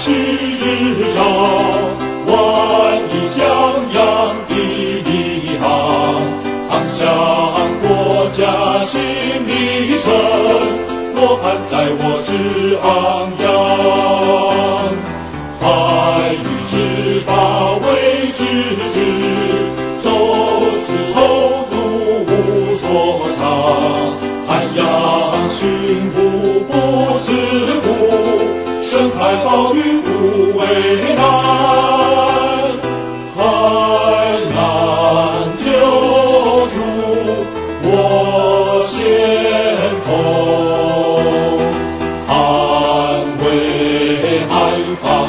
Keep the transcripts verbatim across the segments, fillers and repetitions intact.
旭日照，万里江洋的力航，航向国家新里程，罗盘在我志昂扬。海与执法为知之，走私偷渡无所藏，汉阳巡捕不自顾，深海暴雨不为难，海难救助我先锋，捍卫海防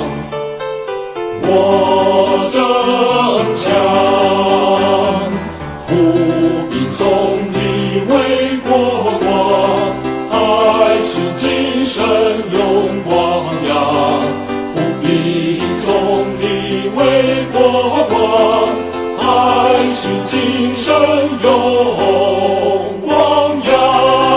我正强，虎兵送礼为国光，海巡精神永光阳，虎兵送礼为国光，海巡精神永光阳。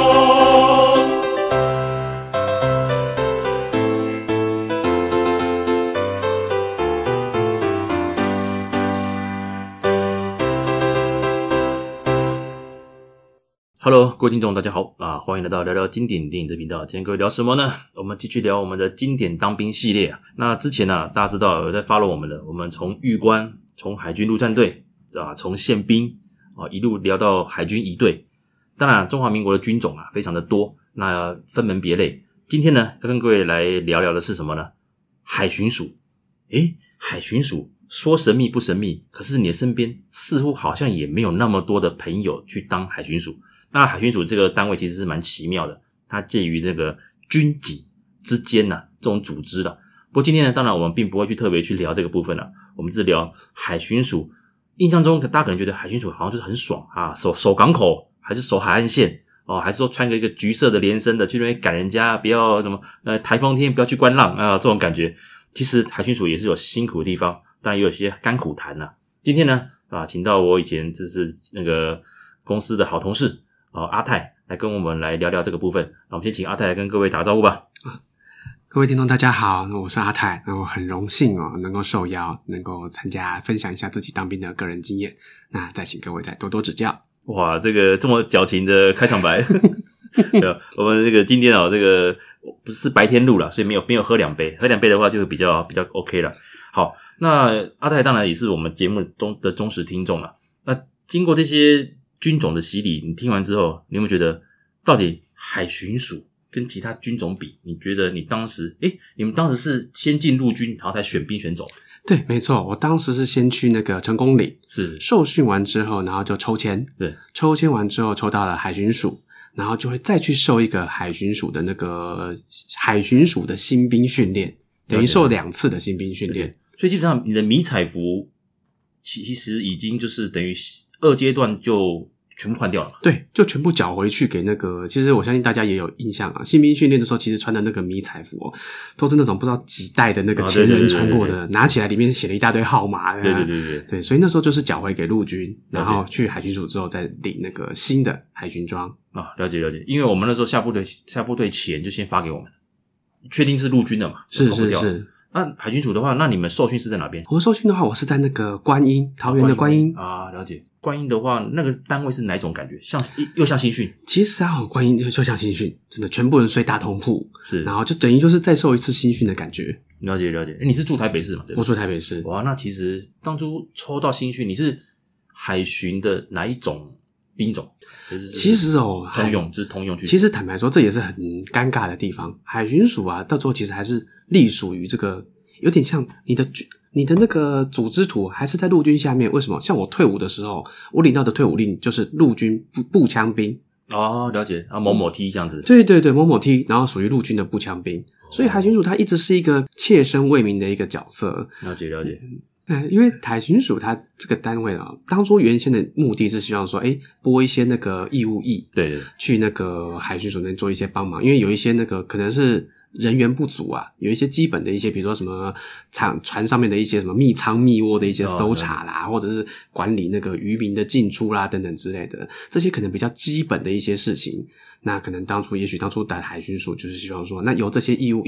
Hello， 各位听众，大家好啊！欢迎来到聊聊经典电影这频道。今天各位聊什么呢？我们继续聊我们的经典当兵系列啊。那之前啊，大家知道有在 follow 我们的，我们从预官，从海军陆战队啊，从宪兵啊一路聊到海军仪队。当然，中华民国的军种啊非常的多，那分门别类。今天呢，要跟各位来聊聊的是什么呢？海巡署。诶，海巡署说神秘不神秘，可是你的身边似乎好像也没有那么多的朋友去当海巡署。那海巡署这个单位其实是蛮奇妙的，它介于那个军警之间呐、啊、这种组织的。不过今天呢，当然我们并不会去特别去聊这个部分了，我们是聊海巡署。印象中大家可能觉得海巡署好像就是很爽啊，守守港口还是守海岸线哦，还是说穿个一个橘色的连身的去那边赶人家，不要什么呃台风天不要去观浪啊这种感觉。其实海巡署也是有辛苦的地方，当然也有些甘苦谈啊。今天呢啊，请到我以前就是那个公司的好同事。哦，阿泰来跟我们来聊聊这个部分。那我们先请阿泰来跟各位打个招呼吧。 各位听众大家好，我是阿泰，那我很荣幸哦能够受邀，能够参加分享一下自己当兵的个人经验。那再请各位再多多指教。 哇，这个这么矫情的开场白。我们这个今天哦，这个不是白天录啦，所以没有没有喝两杯，喝两杯的话就比较比较 OK 了。好，那阿泰当然也是我们节目中的忠实听众了。那经过这些军种的洗礼，你听完之后，你有没有觉得到底海巡署跟其他军种比，你觉得你当时诶你们当时是先进陆军然后才选兵选种？ 对，没错，我当时是先去那个成功岭， 是受训完之后，然后就抽签， 对， 抽签完之后抽到了海巡署，然后就会再去受一个海巡署的那个海巡署的新兵训练，等于受两次的新兵训练。 所以基本上你的迷彩服其实已经就是等于二阶段就全部换掉了嘛？ 对，就全部缴回去给那个。其实我相信大家也有印象啊，新兵训练的时候，其实穿的那个迷彩服哦，都是那种不知道几代的那个前人穿过的，哦、对对对对对拿起来里面写了一大堆号码的、啊。 对对对对对，所以那时候就是缴回给陆军，然后去海巡署之后再领那个新的海巡装啊。了解了解，因为我们那时候下部队下部队前就先发给我们，确定是陆军的嘛？ 是是是。 那海军署的话，那你们受训是在哪边？ 我们受训的话，我是在那个观音，桃园的观音啊。了解，观音的话，那个单位是哪一种感觉？像又像新训？ 其实啊，观音就像新训，真的全部人睡大通铺， 是， 然后就等于就是再受一次新训的感觉。 了解了解，诶你是住台北市嘛？对不对？ 我住台北市。 哇，那其实当初抽到新训，你是海巡的哪一种兵种？就是其实哦， 通用就是通用去。 其实坦白说，这也是很尴尬的地方。海巡署啊，到时候其实还是隶属于这个。有点像你的你的那个组织图还是在陆军下面，为什么？像我退伍的时候，我领到的退伍令就是陆军步步枪兵。 哦，了解啊，某某梯这样子。 对对对，某某梯，然后属于陆军的步枪兵，哦、所以海巡署它一直是一个切身为民的一个角色。 了解了解。 嗯，因为海巡署它这个单位啊，当初原先的目的是希望说，诶，拨一些那个义务役， 对对， 去那个海巡署那边做一些帮忙，因为有一些那个可能是。人员不足啊，有一些基本的一些，比如说什么船船上面的一些什么密舱密窝的一些搜查啦，哦、或者是管理那个渔民的进出啦等等之类的，这些可能比较基本的一些事情。那可能当初也许当初打海巡署就是希望说，那由这些义务役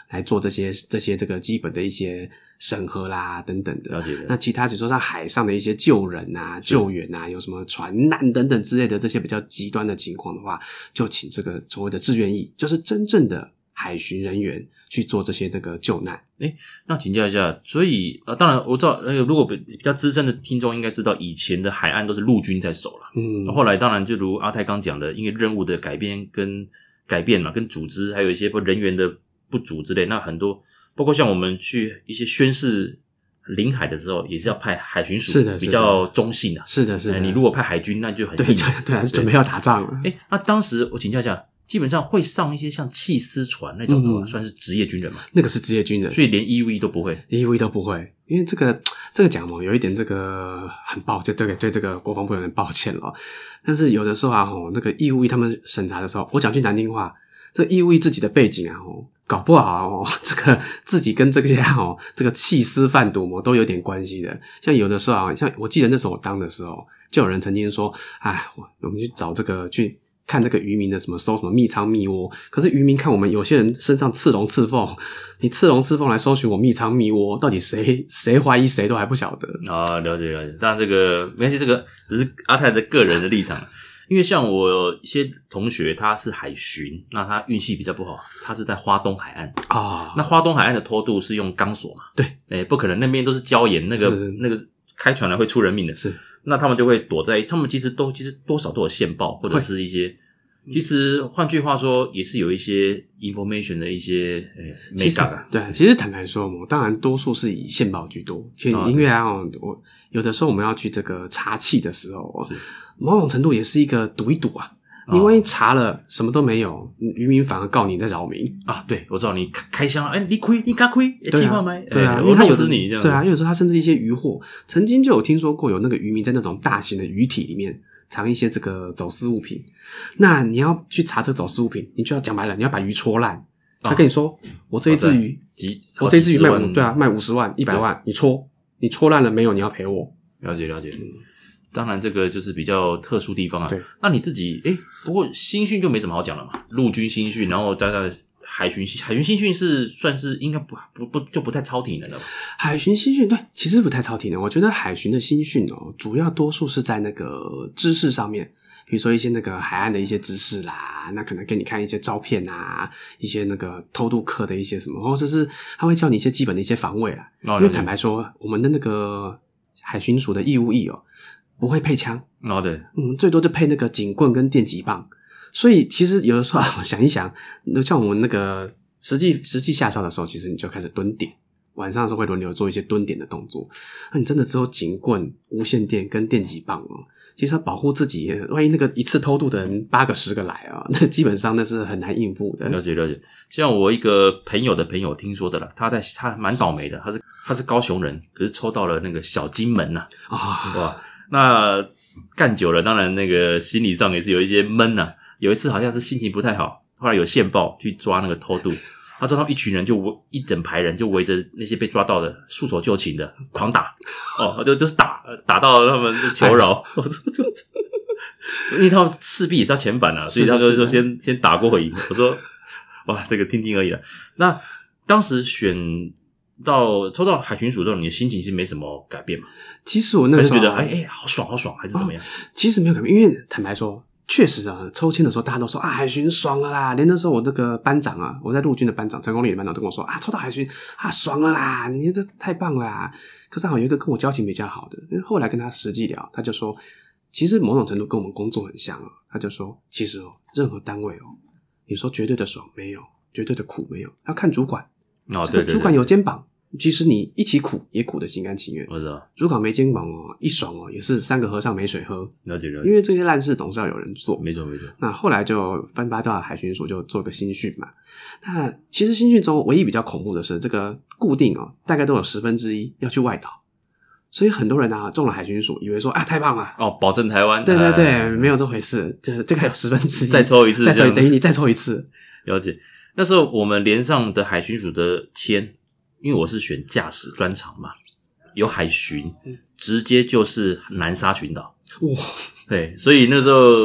来做这些这些这个基本的一些审核啦等等的。 了解了。 那其他比如说像海上的一些救人啊、救援啊，有什么船难等等之类的这些比较极端的情况的话，就请这个所谓的志愿役，就是真正的海巡人员去做这些这个救难。 诶，那请教一下，所以呃，当然我知道，呃，如果比较资深的听众应该知道，以前的海岸都是陆军在守了。 嗯， 后来当然就如阿泰刚讲的，因为任务的改变跟改变嘛，跟组织还有一些不人员的不足之类，那很多包括像我们去一些宣誓领海的时候，也是要派海巡署， 是的， 比较中性啊。 是的，是的。 欸、你如果派海军，那就很对对对啊，是准备要打仗了。 诶，那当时我请教一下。基本上会上一些像弃尸船那种的话， 嗯、 算是职业军人嘛？ 那个是职业军人， 所以连 E U E 都不会 ，E U E 都不会，因为这个这个讲嘛，有一点这个很抱歉，对对这个国防部有点抱歉了。但是有的时候啊，吼，那个 E U E 他们审查的时候，我讲句难听话，这 E U E 自己的背景啊，吼，搞不好哦，这个自己跟这些哦，这个弃尸贩毒魔都有点关系的。像有的时候啊，像我记得那时候我当的时候，就有人曾经说，哎，我们去找这个去。看这个渔民的什么搜什么密仓密窝，可是渔民看我们有些人身上刺龙刺凤，你刺龙刺凤来搜寻我密仓密窝，到底谁谁怀疑谁都还不晓得啊，了解了解。当然这个没关系，这个只是阿泰的个人的立场，因为像我有一些同学他是海巡，那他运气比较不好，他是在花东海岸啊、哦。那花东海岸的偷渡是用钢索嘛？ 对， 诶、欸、不可能那边都是礁岩，那个那个开船来会出人命的。 是。 那他们就会躲在，他们其实都其实多少都有线报或者是一些，其实换句话说也是有一些 information 的一些诶美感啊。 对，其实坦白说，我当然多数是以线报居多。其实因为啊，我有的时候我们要去这个查气的时候，某种程度也是一个赌一赌啊。你万一查了什么都没有，渔民反而告你在扰民啊！对，我知道你开箱，哎，你亏，你敢亏，计划买， 对啊， 我弄死你这样。 对啊，有时候他甚至一些渔获，曾经就有听说过有那个渔民在那种大型的鱼体里面藏一些这个走私物品。那你要去查这个走私物品，你就要讲白了，你要把鱼戳烂。他跟你说，我这一只鱼，我这一只鱼卖五，对啊，卖五十万、一百万，你戳，你戳烂了没有？你要赔我。 了解，了解。当然，这个就是比较特殊地方啊。 对， 那你自己诶，不过新训就没什么好讲了嘛。陆军新训，然后大概海巡海巡新训是算是应该不不不就不太超体能了吧？ 海巡新训对，其实不太超体能。我觉得海巡的新训哦，主要多数是在那个知识上面，比如说一些那个海岸的一些知识啦，那可能给你看一些照片啊，一些那个偷渡客的一些什么，或者是他会教你一些基本的一些防卫啦。哦、因为坦白说，我们的那个海巡署的义务役哦。不会配枪哦，对， 嗯，最多就配那个警棍跟电击棒。所以其实有的时候、啊、我想一想，像我们那个实际实际下哨的时候，其实你就开始蹲点，晚上的时候会轮流做一些蹲点的动作。那你真的只有警棍、无线电跟电击棒哦，其实要保护自己，万一那个一次偷渡的人八个十个来啊，那基本上那是很难应付的。 了解了解，像我一个朋友的朋友听说的了，他在他蛮倒霉的，他是他是高雄人，可是抽到了那个小金门呐啊，哇。那干久了，当然那个心理上也是有一些闷呐、啊。有一次好像是心情不太好，后来有线报去抓那个偷渡，他说他们一群人就围一整排人就围着那些被抓到的束手就擒的狂打，哦，就就是打打到他们就求饶，我说这，因为他们势必也是要遣返啊，所以他就说先先打过瘾。我说哇，这个听听而已啦。那当时选到抽到海巡署之后，你的心情是没什么改变嘛？ 其实我那时候还是觉得哎哎、欸、好爽好爽，还是怎么样、哦？ 其实没有改变，因为坦白说，确实啊，抽签的时候大家都说啊海巡爽了啦，连那时候我这个班长啊，我在陆军的班长陈功礼的班长都跟我说啊，抽到海巡啊爽了啦，你这太棒了啦。可是好像有一个跟我交情比较好的，因为后来跟他实际聊，他就说，其实某种程度跟我们工作很像啊。他就说，其实哦，任何单位哦，你说绝对的爽没有，绝对的苦没有，要看主管。 哦，对对对， 主管有肩膀。其实你一起苦也苦得心甘情愿， 我知道。 主管没肩膀哦，一爽哦，也是三个和尚没水喝。 了解了解， 因为这些烂事总是要有人做。 没错没错。 那后来就分发到海巡署，就做个新训嘛。那其实新训中唯一比较恐怖的是，这个固定哦，大概都有十分之一要去外岛，所以很多人啊中了海巡署，以为说啊太棒了哦，保证台湾。 对对对，哎、没有这回事，这这个还有十分之一， 再抽一次， 再抽等于你再抽一次。 了解。那时候我们连上的海巡署的签。因为我是选驾驶专长嘛，有海巡，直接就是南沙群岛。 哇， 对，所以那时候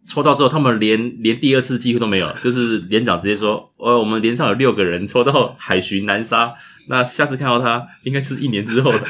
抽到之后，他们连连第二次机会都没有，就是连长直接说：“呃，我们连上有六个人抽到海巡南沙，那下次看到他应该是一年之后了。”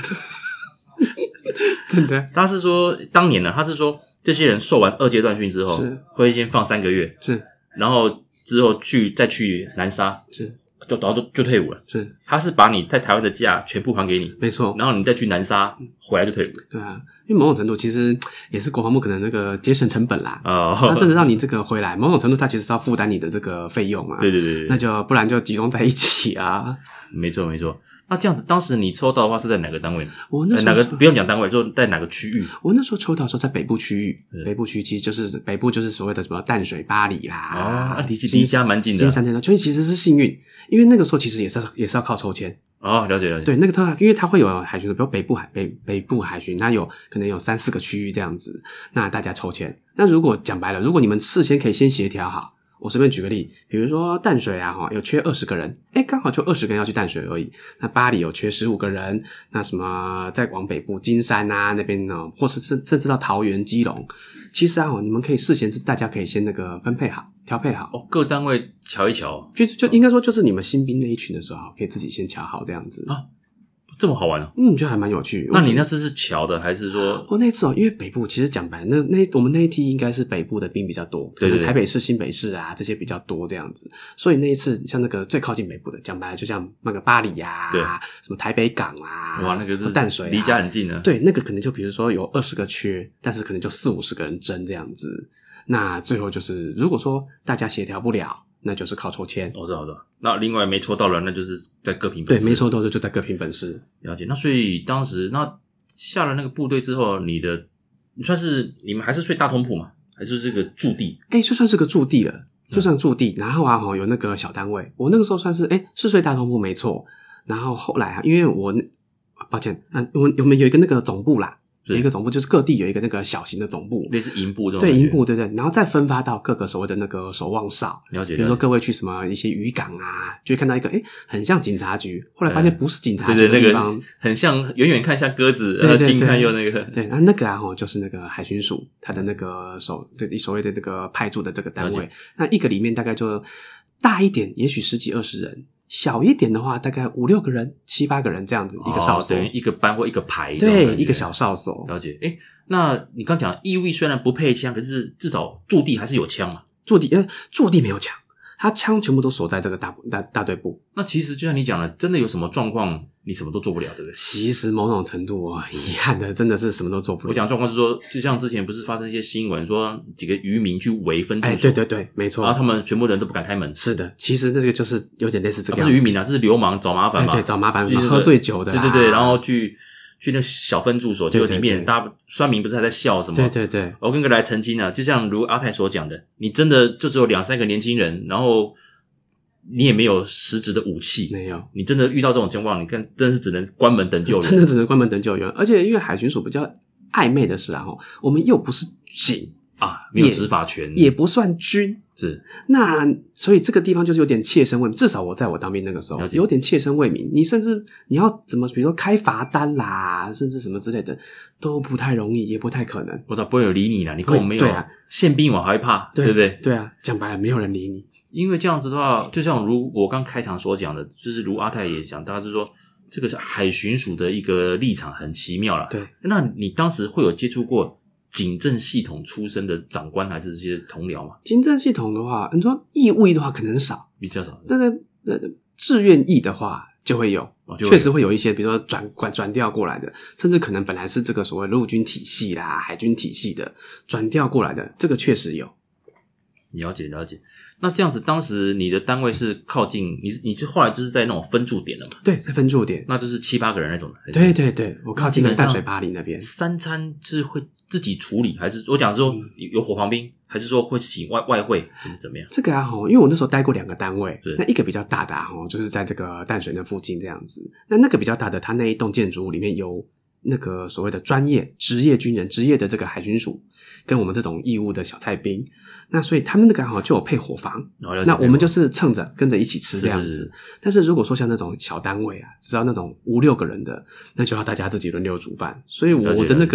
真的， 他是说当年呢，他是说这些人受完二阶段训之后， 是会先放三个月， 是然后之后去再去南沙， 是就然后就就退伍了。 是， 他是把你在台湾的假全部还给你， 没错。 然后你再去南沙回来就退伍。 对啊，因为某种程度其实也是国防部可能那个节省成本啦。 哦， 那真的让你这个回来，某种程度它其实是要负担你的这个费用啊。 对对对对， 那就不然就集中在一起啊。 没错没错。那这样子，当时你抽到的话是在哪个单位呢？ 我那时候、 呃、哪个不用讲单位，就在哪个区域？ 我那时候抽到的时候在北部区域，北部区其实就是北部就是所谓的什么淡水、八里啦。 哦，那离离家蛮近的， 近三千多，所以其实是幸运，因为那个时候其实也是也是要靠抽签。 哦，了解了解。 对，那个特，因为它会有海巡，比如北部海北北部海巡，那有可能有三四个区域这样子，那大家抽签。那如果讲白了，如果你们事先可以先协调好。我随便举个例，比如说淡水啊，有缺二十个人，诶刚好就二十个人要去淡水而已。那八里有缺十五个人，那什么再往北部金山啊那边呢，或是甚至到桃园、基隆，其实啊，你们可以事先是大家可以先那个分配好、调配好。 哦，各单位瞧一瞧， 就就应该说就是你们新兵那一群的时候，可以自己先瞧好这样子啊。这么好玩哦！ 嗯，就还蛮有趣。 那你那次是侨的还是说？ 我那次哦，因为北部其实讲白了，那那我们那一梯应该是北部的兵比较多， 对对对， 可能台北市、新北市啊这些比较多这样子，所以那一次像那个最靠近北部的，讲白了就像那个巴黎啊， 对， 什么台北港啊， 哇，那个是淡水、啊， 离家很近啊。 对，那个可能就比如说有二十个缺，但是可能就四五十个人争这样子。那最后就是，如果说大家协调不了。那就是靠抽签。 我知道，我知道。那另外没抽到了，那就是在各凭本事。 对，没抽到的就在各凭本事。 了解。那所以当时那下了那个部队之后，你的你算是你们还是睡大通铺嘛？还是这个驻地？ 哎、欸，就算是个驻地了，就算驻地。嗯、然后啊，有那个小单位，我那个时候算是哎、欸、是睡大通铺没错。然后后来啊，因为我抱歉，嗯，我我们有一个那个总部啦。有一个总部，就是各地有一个那个小型的总部， 类似营部这种。 对，营部，对对，然后再分发到各个所谓的那个守望哨。 了解。 比如说各位去什么一些渔港啊，就会看到一个，诶很像警察局，后来发现不是警察局的地方， 对对，那个很像，远远看像鸽子， 对对对， 近看又那个。 对，然后那个啊，就是那个海巡署，它的那个守，所谓的这个派驻的这个单位，那一个里面大概就大一点，也许十几二十人。小一点的话，大概五六个人、七八个人这样子，一个哨所， 等于一个班或一个排， 对，一个小哨所。 了解。诶，那你刚讲义务役虽然不配枪，可是至少驻地还是有枪嘛？ 驻地，呃，驻地没有枪，他枪全部都锁在这个大大大队部。 那其实就像你讲的，真的有什么状况，你什么都做不了，对不对？ 其实某种程度哦，遗憾的真的是什么都做不了。 我讲状况是说，就像之前不是发生一些新闻，说几个渔民去围分驻所， 哎，对对对，没错。 然后他们全部人都不敢开门。 是的，其实那个就是有点类似这个样子。 不是渔民啊，这是流氓找麻烦嘛？ 哎、对，找麻烦，喝醉酒的啦。 对对对，然后去去那小分驻所，结果里面大家酸民不是还在笑什么？ 对对对， 我跟各位来澄清啊，就像如阿泰所讲的，你真的就只有两三个年轻人，然后。你也没有实质的武器， 没有。 你真的遇到这种情况，你看真的是只能关门等救援， 真的只能关门等救援。而且因为海巡署比较暧昧的是啊，我们又不是警啊，没有执法权， 也不算军， 是。 那所以这个地方就是有点切身为民，至少我在我当兵那个时候有点切身为民。你甚至你要怎么，比如说开罚单啦，甚至什么之类的，都不太容易，也不太可能。 我倒不会有理你啦，你跟我没有。对啊，宪兵我还会怕，对不对？ 对啊，讲白了，没有人理你。 因为这样子的话，就像如我刚开场所讲的，就是如阿泰也讲，大家是说这个是海巡署的一个立场很奇妙啦。 对， 那你当时会有接触过警政系统出身的长官还是这些同僚吗？ 警政系统的话，你说义务役的话可能少， 比较少。 但是呃志愿役的话就会有，哦、确实会有一些，比如说转转转调过来的，甚至可能本来是这个所谓陆军体系啦、海军体系的转调过来的，这个确实有。 了解了解。那这样子，当时你的单位是靠近你，你就后来就是在那种分驻点了嘛？ 对，在分驻点， 那就是七八个人那种的。 对对对，我靠近淡水巴黎那边。 三餐是会自己处理，还是我讲说有伙房兵，还是说会请外外汇，还是怎么样？ 这个啊，因为我那时候待过两个单位，那一个比较大的啊，就是在这个淡水那附近这样子。那那个比较大的，它那一栋建筑物里面有那个所谓的专业职业军人、职业的这个海军署，跟我们这种义务的小菜兵，那所以他们那个好像就有配伙房，哦、那我们就是蹭着跟着一起吃这样子。是是是，但是如果说像那种小单位啊，只要那种五六个人的，那就要大家自己轮流煮饭。所以我的那个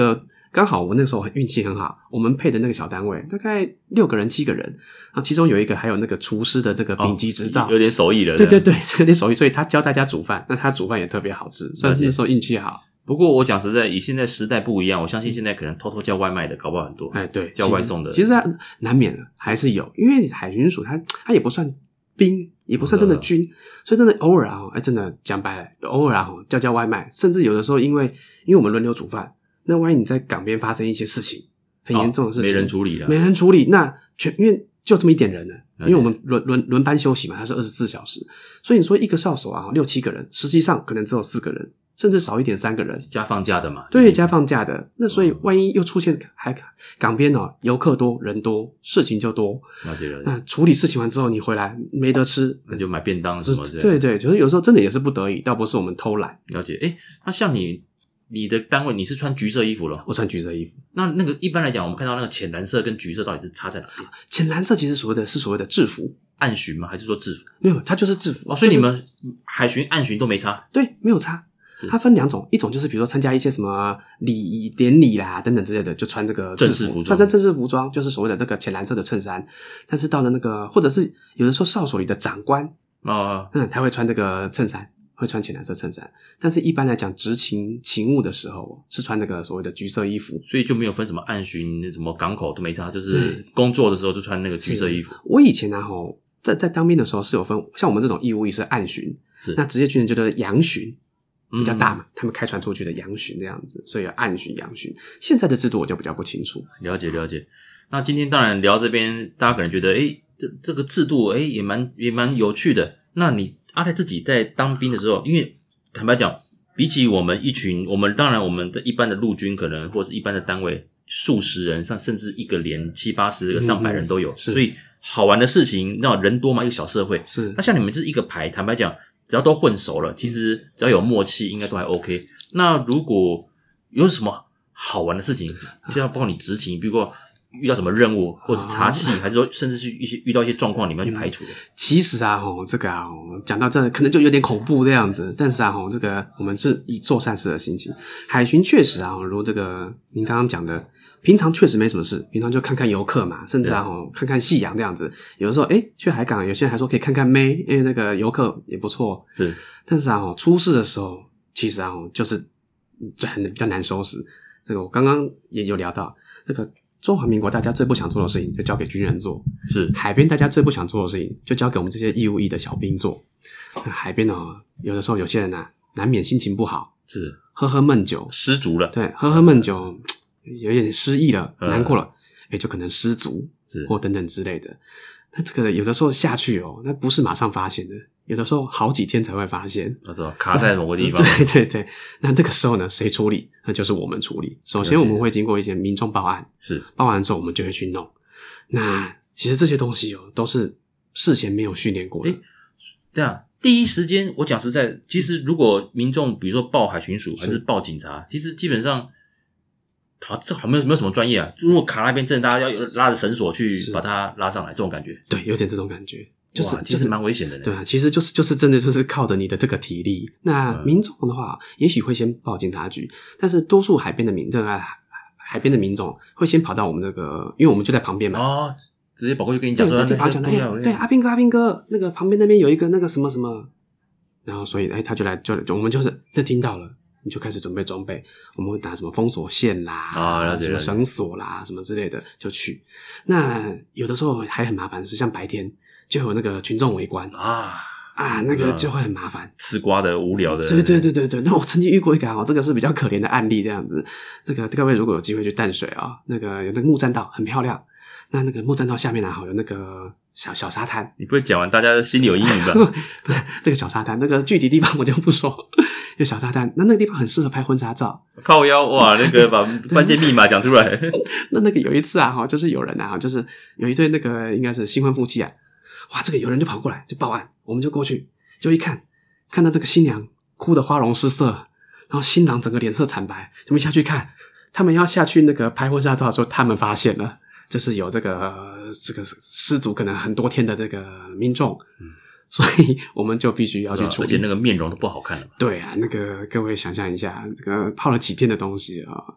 刚好我那时候运气很好，我们配的那个小单位大概六个人七个人，然后其中有一个还有那个厨师的那个丙级执照， 哦、有点手艺了。 对对对，有点手艺，所以他教大家煮饭，那他煮饭也特别好吃，算是那时候运气好。 不过我讲实在，以现在时代不一样，我相信现在可能偷偷叫外卖的搞不好很多。 哎，对， 叫外送的， 其实他难免还是有，因为海巡署它它也不算兵，也不算真的军，嗯、所以真的偶尔啊，哎，真的讲白了，偶尔啊叫叫外卖，甚至有的时候因为因为我们轮流煮饭，那万一你在港边发生一些事情，很严重的事情， 哦、没人处理了， 没人处理，那全因为就这么一点人呢，因为我们轮轮轮班休息嘛，它是二十四小时，所以你说一个哨所啊六七个人，实际上可能只有四个人。甚至少一点三个人， 加放假的嘛？ 对，加放假的。那所以万一又出现海港边哦，游客多人多，事情就多。 了解了解。 那处理事情完之后，你回来没得吃， 那就买便当什么的。 对对，就是有时候真的也是不得已，倒不是我们偷懒。 了解。诶，那像你你的单位，你是穿橘色衣服了？ 我穿橘色衣服。 那那个一般来讲，我们看到那个浅蓝色跟橘色到底是差在哪边？ 浅蓝色其实所谓的是所谓的制服。 暗巡吗？还是说制服？ 没有，它就是制服。 哦，所以你们海巡、暗巡都没差？ 对，没有差。它分两种，一种就是比如说参加一些什么礼仪典礼啦等等之类的，就穿这个制服， 正式服装， 穿着正式服装，就是所谓的这个浅蓝色的衬衫。但是到了那个，或者是有的时候哨所里的长官啊、哦， 嗯，他会穿这个衬衫，会穿浅蓝色衬衫。但是一般来讲，执勤勤务的时候是穿那个所谓的橘色衣服， 所以就没有分什么暗巡、什么港口都没差，就是工作的时候就穿那个橘色衣服。 我以前呢、啊，吼，在在当兵的时候是有分，像我们这种义务役是暗巡，那职业军人就叫做洋巡。比较大嘛，他们开船出去的洋巡这样子，所以有暗巡、洋巡。现在的制度我就比较不清楚。 了解了解。那今天当然聊这边，大家可能觉得，诶，这这个制度，诶，也蛮也蛮有趣的。那你阿泰自己在当兵的时候，因为坦白讲，比起我们一群，我们当然我们的一般的陆军可能或者是一般的单位，数十人上甚至一个连七八十个、上百人都有， 嗯、所以好玩的事情，那人多嘛，一个小社会。 是。 那像你们这一个排，坦白讲。只要都混熟了，其实只要有默契，应该都还 OK。那如果有什么好玩的事情，就要包括你执勤，比如说遇到什么任务，或者查气，还是说甚至是一些遇到一些状况，你们要去排除的。 嗯、其实啊，吼这个啊，讲到这可能就有点恐怖这样子，但是啊，吼这个我们是以做善事的心情。海巡确实啊，如这个您刚刚讲的。平常确实没什么事，平常就看看游客嘛，甚至啊吼看看夕阳这样子。有的时候诶去海港，有些人还说可以看看妹，因为那个游客也不错。 是， 但是啊吼出事的时候，其实啊吼就是很比较难收拾。这个我刚刚也有聊到，那个中华民国大家最不想做的事情就交给军人做， 是海边大家最不想做的事情就交给我们这些义务役的小兵做。那海边呢，有的时候有些人啊难免心情不好， 是喝喝闷酒， 失足了， 对，喝喝闷酒。有点失忆了，难过了，诶就可能失足或等等之类的。那这个有的时候下去哦，那不是马上发现的，有的时候好几天才会发现。 那时候卡在某个地方。 对对对，那这个时候呢，谁处理？那就是我们处理。首先我们会经过一些民众报案， 是报完之后我们就会去弄。那其实这些东西哦，都是事前没有训练过的。 诶对啊，第一时间我讲实在，其实如果民众比如说报海巡署还是报警察，其实基本上。好，这好没有没有什么专业啊！如果卡那边，真的大家要拉着绳索去把它拉上来，这种感觉， 对，有点这种感觉，就是其实蛮危险的。 对啊，其实就是就是真的就是靠着你的这个体力。那民众的话，也许会先报警察局，但是多数海边的民众啊，海边的民众会先跑到我们那个，因为我们就在旁边嘛， 哦，直接跑过去跟你讲说， 对，跑讲的，哎，对，阿兵哥，阿兵哥，那个旁边那边有一个那个什么什么，然后所以哎，他就来就就我们就是那听到了。你就开始准备装备，我们会拿什么封锁线啦， 啊、了解什么绳索啦，什么之类的就去。那有的时候还很麻烦，是像白天就有那个群众围观啊啊，那个就会很麻烦， 吃瓜的、无聊的。 对对对对对。那我曾经遇过一个啊，这个是比较可怜的案例，这样子。这个各位如果有机会去淡水啊，那个有那个木栈道很漂亮。那那个木栈道下面啊，有那个小小沙滩。 你不会讲完，大家心里有阴影吧？ 不是这个小沙滩，那个具体地方我就不说。有小沙滩，那那个地方很适合拍婚纱照。 靠腰哇，那个把关键密码讲出来。 那那个有一次啊，哈，就是有人啊，就是有一对那个应该是新婚夫妻啊，哇，这个有人就跑过来就报案，我们就过去，就一看，看到这个新娘哭得花容失色，然后新郎整个脸色惨白，就没下去看。他们要下去那个拍婚纱照的时候，他们发现了，就是有这个这个失足可能很多天的这个民众。嗯。所以我们就必须要去处理， 而且那个面容都不好看了嘛。 对啊，那个各位想象一下，这个泡了几天的东西啊，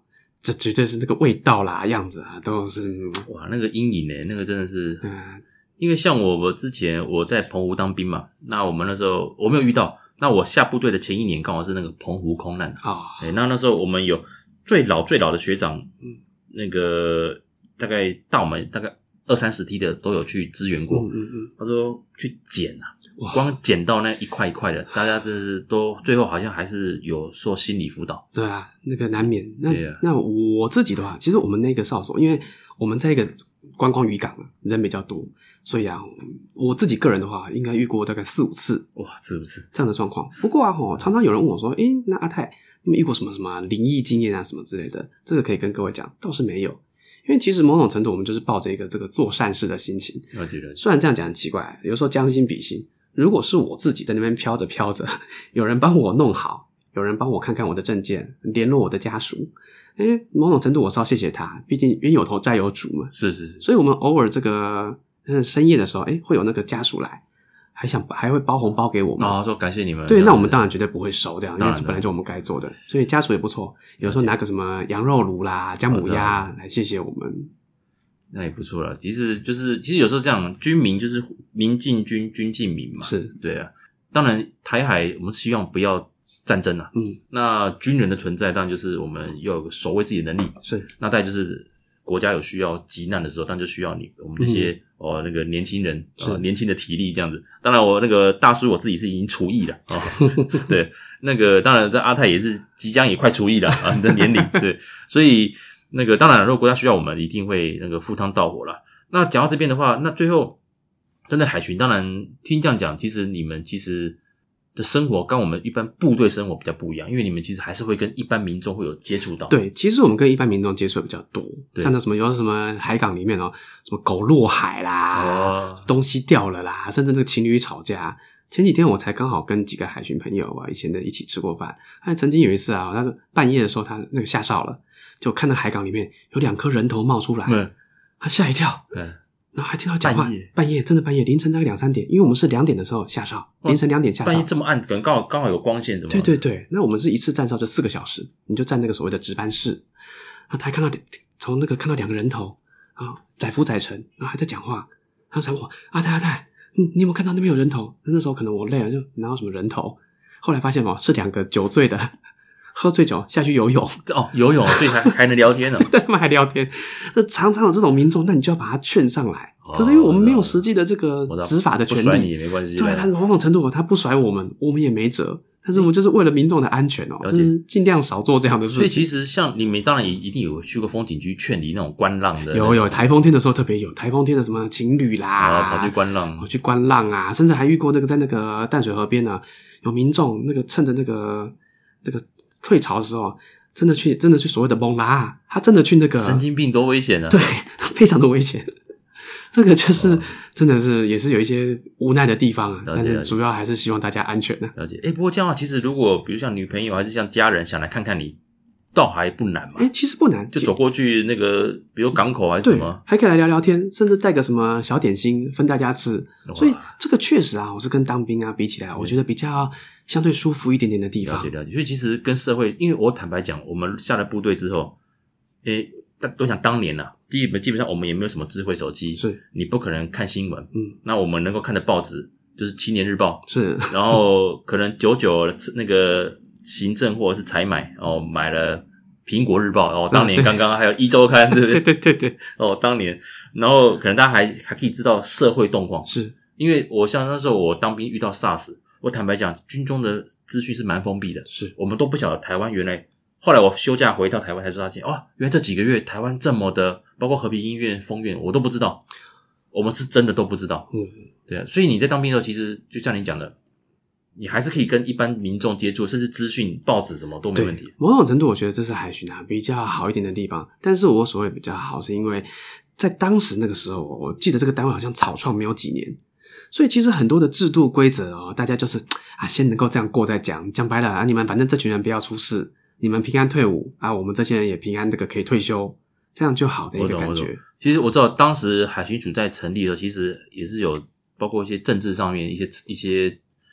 这绝对是那个味道啦、样子啊，都是哇，那个阴影诶，那个真的是， 嗯， 因为像我我之前我在澎湖当兵嘛，那我们那时候我没有遇到，那我下部队的前一年刚好是那个澎湖空难啊， 哎、那那时候我们有最老最老的学长， 嗯， 那个大概到我们大概二三十梯的都有去支援过， 嗯嗯嗯， 他说去捡啊， 哇光捡到那一块一块的，大家真是都最后好像还是有做心理辅导。 对啊，那个难免。那、 对啊那我自己的话，其实我们那个哨所，因为我们在一个观光渔港，人比较多，所以啊，我自己个人的话，应该遇过大概四五次哇，是不是？ 这样的状况。不过啊，吼，常常有人问我说：“诶，那阿泰，你们遇过什么什么灵异经验啊，什么之类的？”这个可以跟各位讲，倒是没有。因为其实某种程度，我们就是抱着一个这个做善事的心情。 我觉得虽然这样讲很奇怪，有时候将心比心，如果是我自己在那边飘着飘着，有人帮我弄好，有人帮我看看我的证件，联络我的家属，诶，某种程度我是要谢谢他，毕竟冤有头债有主嘛。 是是是， 所以我们偶尔这个深夜的时候，诶，会有那个家属来，还想还会包红包给我们。 哦，说感谢你们。 对，那我们当然绝对不会收这样，因当然为这本来就我们该做的。所以家属也不错，有时候拿个什么羊肉炉啦、姜母鸭来谢谢我们。 那也不错了。其实就是其实有时候这样，军民就是民进军，军进民嘛。 是， 对啊。当然台海我们希望不要战争啊。 嗯， 那军人的存在当然就是我们要有守卫自己的能力。 是。 那再就是国家有需要急难的时候，当然就需要你我们这些、嗯、哦那个年轻人呃年轻的体力这样子。当然我那个大叔我自己是已经除役了哦。对，那个当然在阿泰也是即将也快除役了啊，你的年龄对，所以那个当然如果国家需要我们，一定会那个赴汤蹈火啦。那讲到这边的话，那最后针对海巡，当然听这样讲，其实你们其实的生活跟我们一般部队生活比较不一样，因为你们其实还是会跟一般民众会有接触到。 对，其实我们跟一般民众接触比较多，像那什么有什么海港里面哦，什么狗落海啦、哦，东西掉了啦，甚至那个情侣吵架。前几天我才刚好跟几个海巡朋友啊，以前的一起吃过饭。他曾经有一次啊，他半夜的时候他那个下哨了，就看到海港里面有两颗人头冒出来，嗯、他吓一跳，嗯，然后还听到讲话，半夜, 半夜真的半夜凌晨大概两三点，因为我们是两点的时候下哨，凌晨两点下哨， 半夜这么暗，可能刚好刚好有光线，怎么？ 对对对，那我们是一次站哨就四个小时，你就站那个所谓的值班室，然后他还看到从那个看到两个人头啊，载浮载沉，然后还在讲话，他讲话阿泰阿泰。你你有没有看到那边有人头？那时候可能我累了，就哪有什么人头？后来发现哦，是两个酒醉的，喝醉酒下去游泳哦，游泳，所以还还能聊天呢、哦。 对，他们还聊天。这常常有这种民众，那你就要把他劝上来。哦、可是因为我们没有实际的这个执法的权利， 不甩你也没关系。 对，他某种程度他不甩我们，我们也没辙。但是我们就是为了民众的安全哦，就是尽量少做这样的事情。 所以其实像你们当然也一定有去过风景区劝离那种观浪的， 有有台风天的时候特别有台风天的什么情侣啦， 啊、跑去观浪， 跑去观浪啊，甚至还遇过那个在那个淡水河边呢、啊，有民众那个趁着那个这个退潮的时候，真的去真的去所谓的蒙拉，他真的去那个神经病多危险啊！ 对，非常的危险。这个就是、哦、真的是也是有一些无奈的地方啊，但是主要还是希望大家安全呢、 啊。了解，哎、欸，不过这样的话，其实如果比如像女朋友还是像家人想来看看你，倒还不难嘛。 哎、欸，其实不难， 就走过去那个，比如港口还是什么， 还可以来聊聊天，甚至带个什么小点心分大家吃。所以这个确实啊，我是跟当兵啊比起来，我觉得比较相对舒服一点点的地方。 了解了解，所以其实跟社会，因为我坦白讲，我们下了部队之后，哎、欸。我想当年啊，第一基本上我们也没有什么智慧手机， 是你不可能看新闻， 嗯， 那我们能够看的报纸就是《青年日报》， 是， 然后可能久久那个行政或者是采买哦，买了《苹果日报》哦，当年刚刚还有《一周刊》，对不对？ 对对对对， 哦，当年，然后可能大家还还可以知道社会动况， 是因为我像那时候我当兵遇到 SARS， 我坦白讲，军中的资讯是蛮封闭的， 是我们都不晓得台湾原来。后来我休假回到台湾才发现，哇，原来这几个月台湾这么的，包括和平医院、丰院，我都不知道，我们是真的都不知道。 嗯， 对啊，所以你在当兵的时候，其实就像你讲的，你还是可以跟一般民众接触，甚至资讯、报纸什么都没问题。 某种程度，我觉得这是海巡啊比较好一点的地方。但是我所谓比较好，是因为在当时那个时候，我记得这个单位好像草创没有几年。所以其实很多的制度规则哦，大家就是啊，先能够这样过再讲。讲白了啊，你们反正这群人不要出事。你们平安退伍啊，我们这些人也平安，这个可以退休，这样就好的一个感觉。 其实我知道，当时海巡署在成立的时候，其实也是有包括一些政治上面一些一些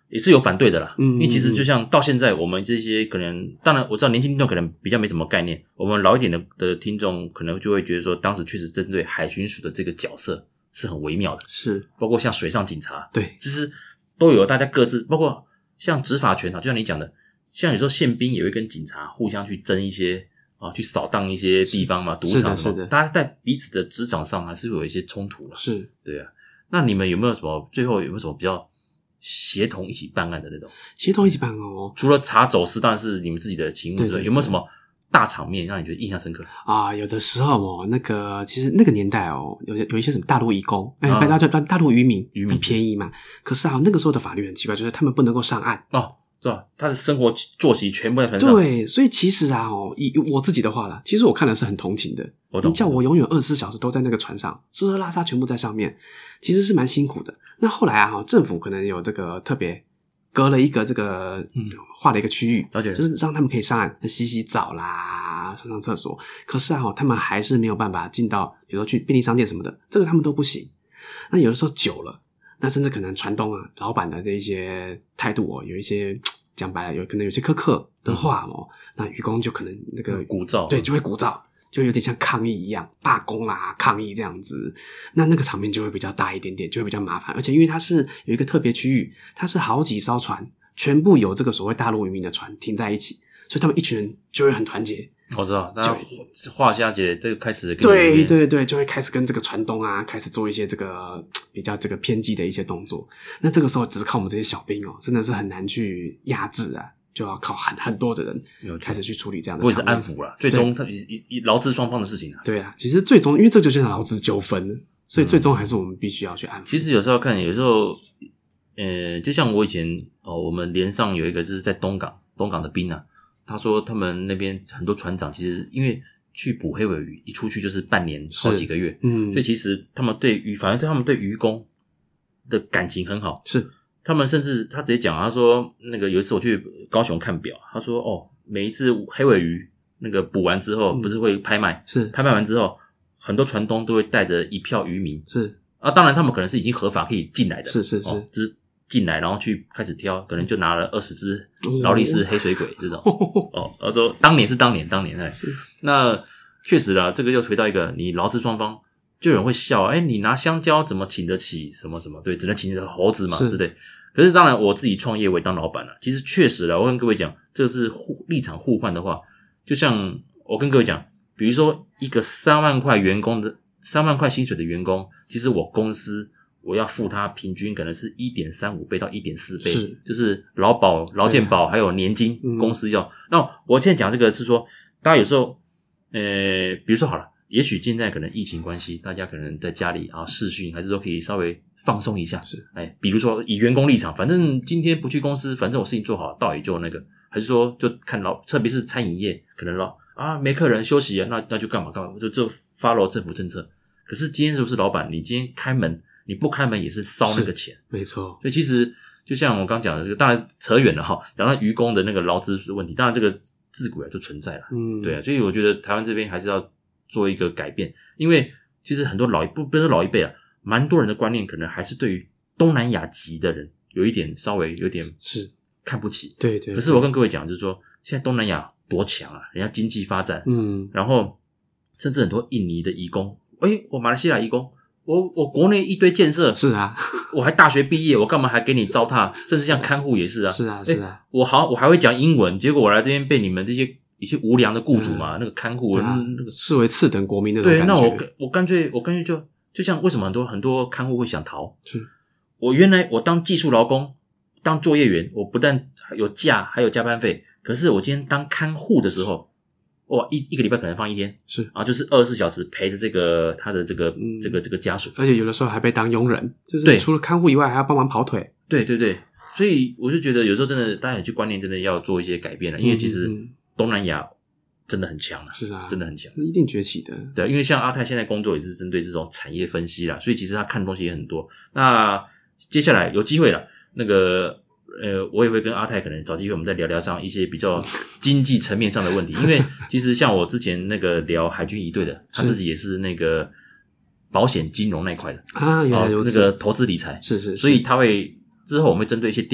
也是有反对的啦。 嗯， 因为其实就像到现在我们这些可能，当然我知道年轻听众可能比较没什么概念，我们老一点的的听众可能就会觉得说，当时确实针对海巡署的这个角色是很微妙的， 是包括像水上警察， 对， 其实都有大家各自，包括像执法权啊，就像你讲的，像有时候宪兵也会跟警察互相去争一些啊，去扫荡一些地方嘛，赌场是的，是的， 大家在彼此的职掌上还是会有一些冲突啦。 是， 对啊。那你们有没有什么最后有没有什么比较协同一起办案的那种？ 协同一起办哦。 除了查走私，当然是你们自己的勤务之外， 对对对， 有没有什么大场面让你觉得印象深刻啊？有的时候哦，那个其实那个年代哦，有有一些什么大陆移工，哎、 啊， 大家大陆渔民， 渔民很便宜嘛。可是啊，那个时候的法律很奇怪，就是他们不能够上岸哦。对吧？他的生活作息全部在船上。 对，所以其实啊，哦，以我自己的话啦，其实我看的是很同情的。 我懂。 你叫我永远二十四小时都在那个船上，吃喝拉撒全部在上面，其实是蛮辛苦的。那后来啊，政府可能有这个特别隔了一个这个，嗯，划了一个区域， 了解， 就是让他们可以上岸洗洗澡啦，上上厕所。可是啊，他们还是没有办法进到，比如说去便利商店什么的，这个他们都不行。那有的时候久了。那甚至可能船东啊，老板的这一些态度哦，有一些讲白了，有可能有些苛刻的话哦，嗯、那渔工就可能那个鼓噪， 对，就会鼓噪，就有点像抗议一样，罢工啦、抗议这样子。那那个场面就会比较大一点点，就会比较麻烦。而且因为它是有一个特别区域，它是好几艘船，全部有这个所谓大陆渔民的船停在一起，所以他们一群人就会很团结。 我知道，大家画下姐这个开始跟对对对，就会开始跟这个船东啊，开始做一些这个比较这个偏激的一些动作。那这个时候只是靠我们这些小兵哦，真的是很难去压制啊，就要靠很很多的人开始去处理这样的。 我也是安抚啦，最终他以以劳资双方的事情啊。 对啊，其实最终因为这就像劳资纠纷，所以最终还是我们必须要去安抚。 其实有时候看，有时候呃，就像我以前哦，我们连上有一个就是在东港，东港的兵啊。他说他们那边很多船长其实因为去捕黑尾鱼一出去就是半年好几个月， 嗯， 所以其实他们对鱼反正他们对渔工的感情很好， 是他们甚至他直接讲，他说那个有一次我去高雄看表，他说哦每一次黑尾鱼那个捕完之后、嗯、不是会拍卖， 是拍卖完之后很多船东都会带着一票渔民， 是啊， 当然他们可能是已经合法可以进来的， 是是是、 哦、只是进来然后去开始挑，可能就拿了二十只劳力士黑水鬼这种哦，他说当年是当年当年哎，那确实啦，这个又回到一个你劳资双方，就有人会笑，哎，你拿香蕉怎么请得起什么什么？对，只能请得猴子嘛之类。可是当然我自己创业我也当老板了，其实确实啦，我跟各位讲，这是互立场互换的话，就像我跟各位讲，比如说一个三万块员工的三万块薪水的员工，其实我公司我要付他平均可能是 一点三五 倍到 一点四 倍， 是就是劳保、劳健保还有年金、嗯、公司要。那我现在讲这个是说，大家有时候呃，比如说好了，也许现在可能疫情关系，大家可能在家里啊视讯，还是说可以稍微放松一下。 是， 哎，比如说以员工立场，反正今天不去公司，反正我事情做好，到底就那个，还是说就看老，特别是餐饮业，可能老啊没客人休息啊，那那就干嘛干嘛，就就 follow 政府政策。可是今天如果是老板，你今天开门。你不开门也是烧那个钱， 没错。 所以其实就像我刚讲的这个，当然扯远了哈，讲到渔工的那个劳资问题，当然这个自古来就存在了，嗯，对啊，所以我觉得台湾这边还是要做一个改变，因为其实很多老一不不是老一辈啊，蛮多人的观念可能还是对于东南亚籍的人有一点稍微有点是看不起， 对 对, 对。 可是我跟各位讲，就是说现在东南亚多强啊，人家经济发展， 嗯， 然后甚至很多印尼的移工，诶，我马来西亚移工。我我国内一堆建设是啊， 我还大学毕业，我干嘛还给你糟蹋？甚至像看护也是啊， 是啊是啊。 我好，我还会讲英文，结果我来这边被你们这些一些无良的雇主嘛，嗯、那个看护、 啊那个视为次等国民那种感觉。 对，那我我干脆我干脆就就像为什么很多很多看护会想逃？ 是我原来我当技术劳工，当作业员，我不但有假还有加班费，可是我今天当看护的时候。哇，一一个礼拜可能放一天， 是啊，就是二十四小时陪着这个他的这个、 嗯、 这个这个家属， 而且有的时候还被当佣人，就是除了看护以外，还要帮忙跑腿。 对对对，所以我就觉得有时候真的，大家有些观念真的要做一些改变了，因为其实东南亚真的很强了， 是啊， 真的很强， 一定崛起的。 对，因为像阿泰现在工作也是针对这种产业分析啦，所以其实他看的东西也很多。那接下来有机会了，那个。呃，我也会跟阿泰可能找机会，我们再聊聊上一些比较经济层面上的问题。因为其实像我之前那个聊海军一队的，他自己也是那个保险金融那一块的啊，原来如此、 哦，那个投资理财是 是, 是， 所以他会之后我们会针对一些电影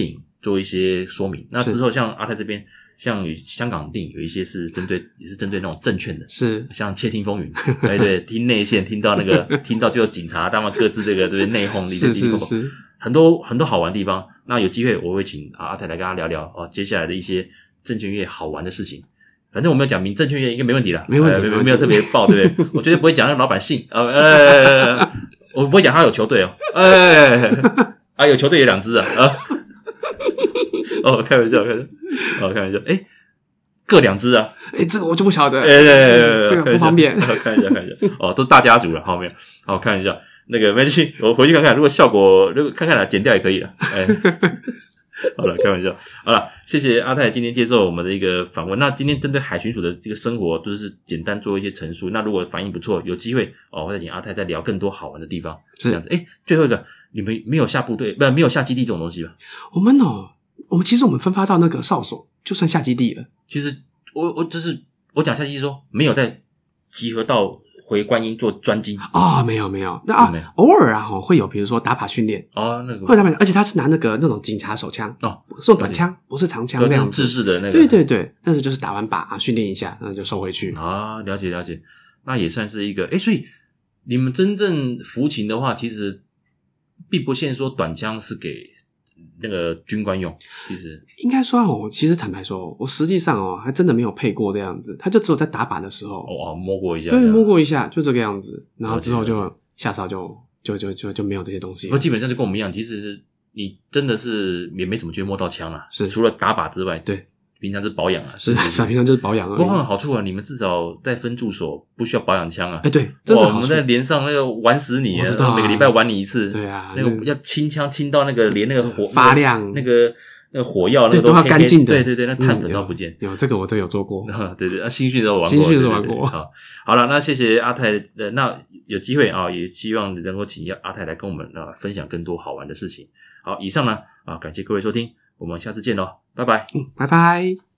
做一些说明。那之后像阿泰这边，像香港电影有一些是针对，也是针对那种证券的， 是像窃听风云，对对，听内线，听到那个，听到就有警察他们各自这个对内讧力的地方， 是是是， 很多很多好玩的地方。那有机会我会请阿阿泰来跟他聊聊哦，接下来的一些证券业好玩的事情。反正我们要讲明证券业应该没问题了， 没问题， 呃、没, 没有特别报，对不对？我绝对不会讲那个老板姓，呃呃，我不会讲他有球队哦，哎，啊有球队有两支啊，啊，哦开玩笑，开玩笑，哦开玩笑，哎，各两支啊， 哎，这个我就不晓得， 哎、欸， 这个不方便， 看一下看一下，哦，都大家族了，好没有？好看一下那个没关系，我回去看看，如果效果，如果看看啦，剪掉也可以了，哎、欸。好了，开玩笑。好了，谢谢阿泰今天接受我们的一个访问。那今天针对海巡署的这个生活，就是简单做一些陈述。那如果反应不错，有机会哦，我再请阿泰再聊更多好玩的地方。 是这样子。哎，最后一个，你们没有下部队，不，没有下基地这种东西吧？ 我们哦，我们其实我们分发到那个哨所，就算下基地了。 其实我我就是我讲下基地说没有在集合到回观音做专精啊、哦，没有没有，那啊，偶尔啊哈会有，比如说打靶训练哦，那个会打靶，而且他是拿那个那种警察手枪哦， 是短枪，不是长枪那样子， 制式的那个， 对对对，但是就是打完靶啊，训练一下，然后就收回去啊，了解了解，那也算是一个诶，所以你们真正服勤的话，其实并不限说短枪是给那个军官用，其实应该说哦，其实坦白说，我实际上哦，还真的没有配过这样子，他就只有在打靶的时候哦，摸过一下， 对，摸过一下，就这个样子，然后之后就下哨就就就就就没有这些东西了。 不过基本上就跟我们一样，其实你真的是也没什么去摸到枪啦， 是除了打靶之外， 对， 平常是保养啊， 是是平常就是保养而已。 不过好处啊，你们至少在分驻所不需要保养枪啊。 哎，对，这是好处。 我们在连上那个玩死你， 我知道啊， 每个礼拜玩你一次。 对啊， 那个要清枪清到那个连那个火发亮， 那个那个火药那个都要干净的。 对对对，那碳粉都不见。 有这个我都有做过。 对对，啊，新训都玩过， 新训都玩过。 好，好了，那谢谢阿泰。呃，那有机会啊，也希望能够请阿泰来跟我们啊分享更多好玩的事情。好，以上呢啊，感谢各位收听，我们下次见喽，拜拜。 嗯，拜拜。